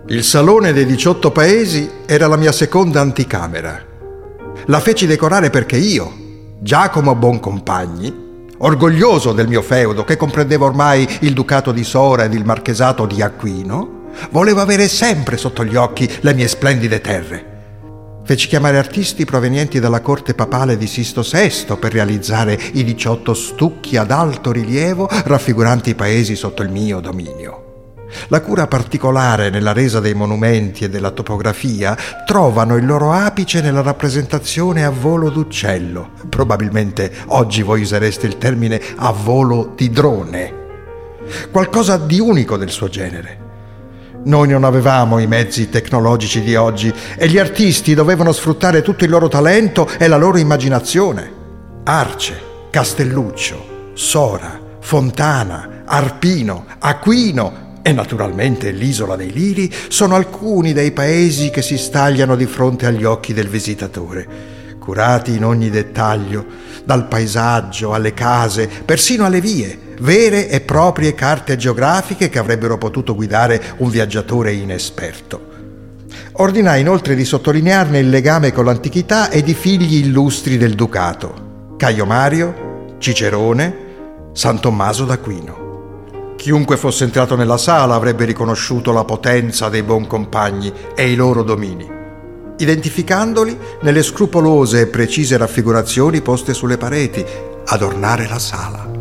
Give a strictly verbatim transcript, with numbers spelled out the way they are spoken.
Il salone dei diciotto paesi era la mia seconda anticamera. La feci decorare perché io, Giacomo Boncompagni, orgoglioso del mio feudo che comprendeva ormai il ducato di Sora ed il marchesato di Aquino, volevo avere sempre sotto gli occhi le mie splendide terre. Feci chiamare artisti provenienti dalla corte papale di Sisto sesto per realizzare i diciotto stucchi ad alto rilievo raffiguranti i paesi sotto il mio dominio. La cura particolare nella resa dei monumenti e della topografia trovano il loro apice nella rappresentazione a volo d'uccello. Probabilmente oggi voi usereste il termine a volo di drone. Qualcosa di unico del suo genere. Noi non avevamo i mezzi tecnologici di oggi e gli artisti dovevano sfruttare tutto il loro talento e la loro immaginazione. Arce, Castelluccio, Sora, Fontana, Arpino, Aquino e naturalmente l'Isola dei Liri sono alcuni dei paesi che si stagliano di fronte agli occhi del visitatore, curati in ogni dettaglio, dal paesaggio alle case, persino alle vie, vere e proprie carte geografiche che avrebbero potuto guidare un viaggiatore inesperto. Ordinai inoltre di sottolinearne il legame con l'antichità ed i figli illustri del ducato: Caio Mario, Cicerone, San Tommaso d'Aquino. Chiunque fosse entrato nella sala avrebbe riconosciuto la potenza dei Boncompagni e i loro domini, identificandoli nelle scrupolose e precise raffigurazioni poste sulle pareti, adornare la sala.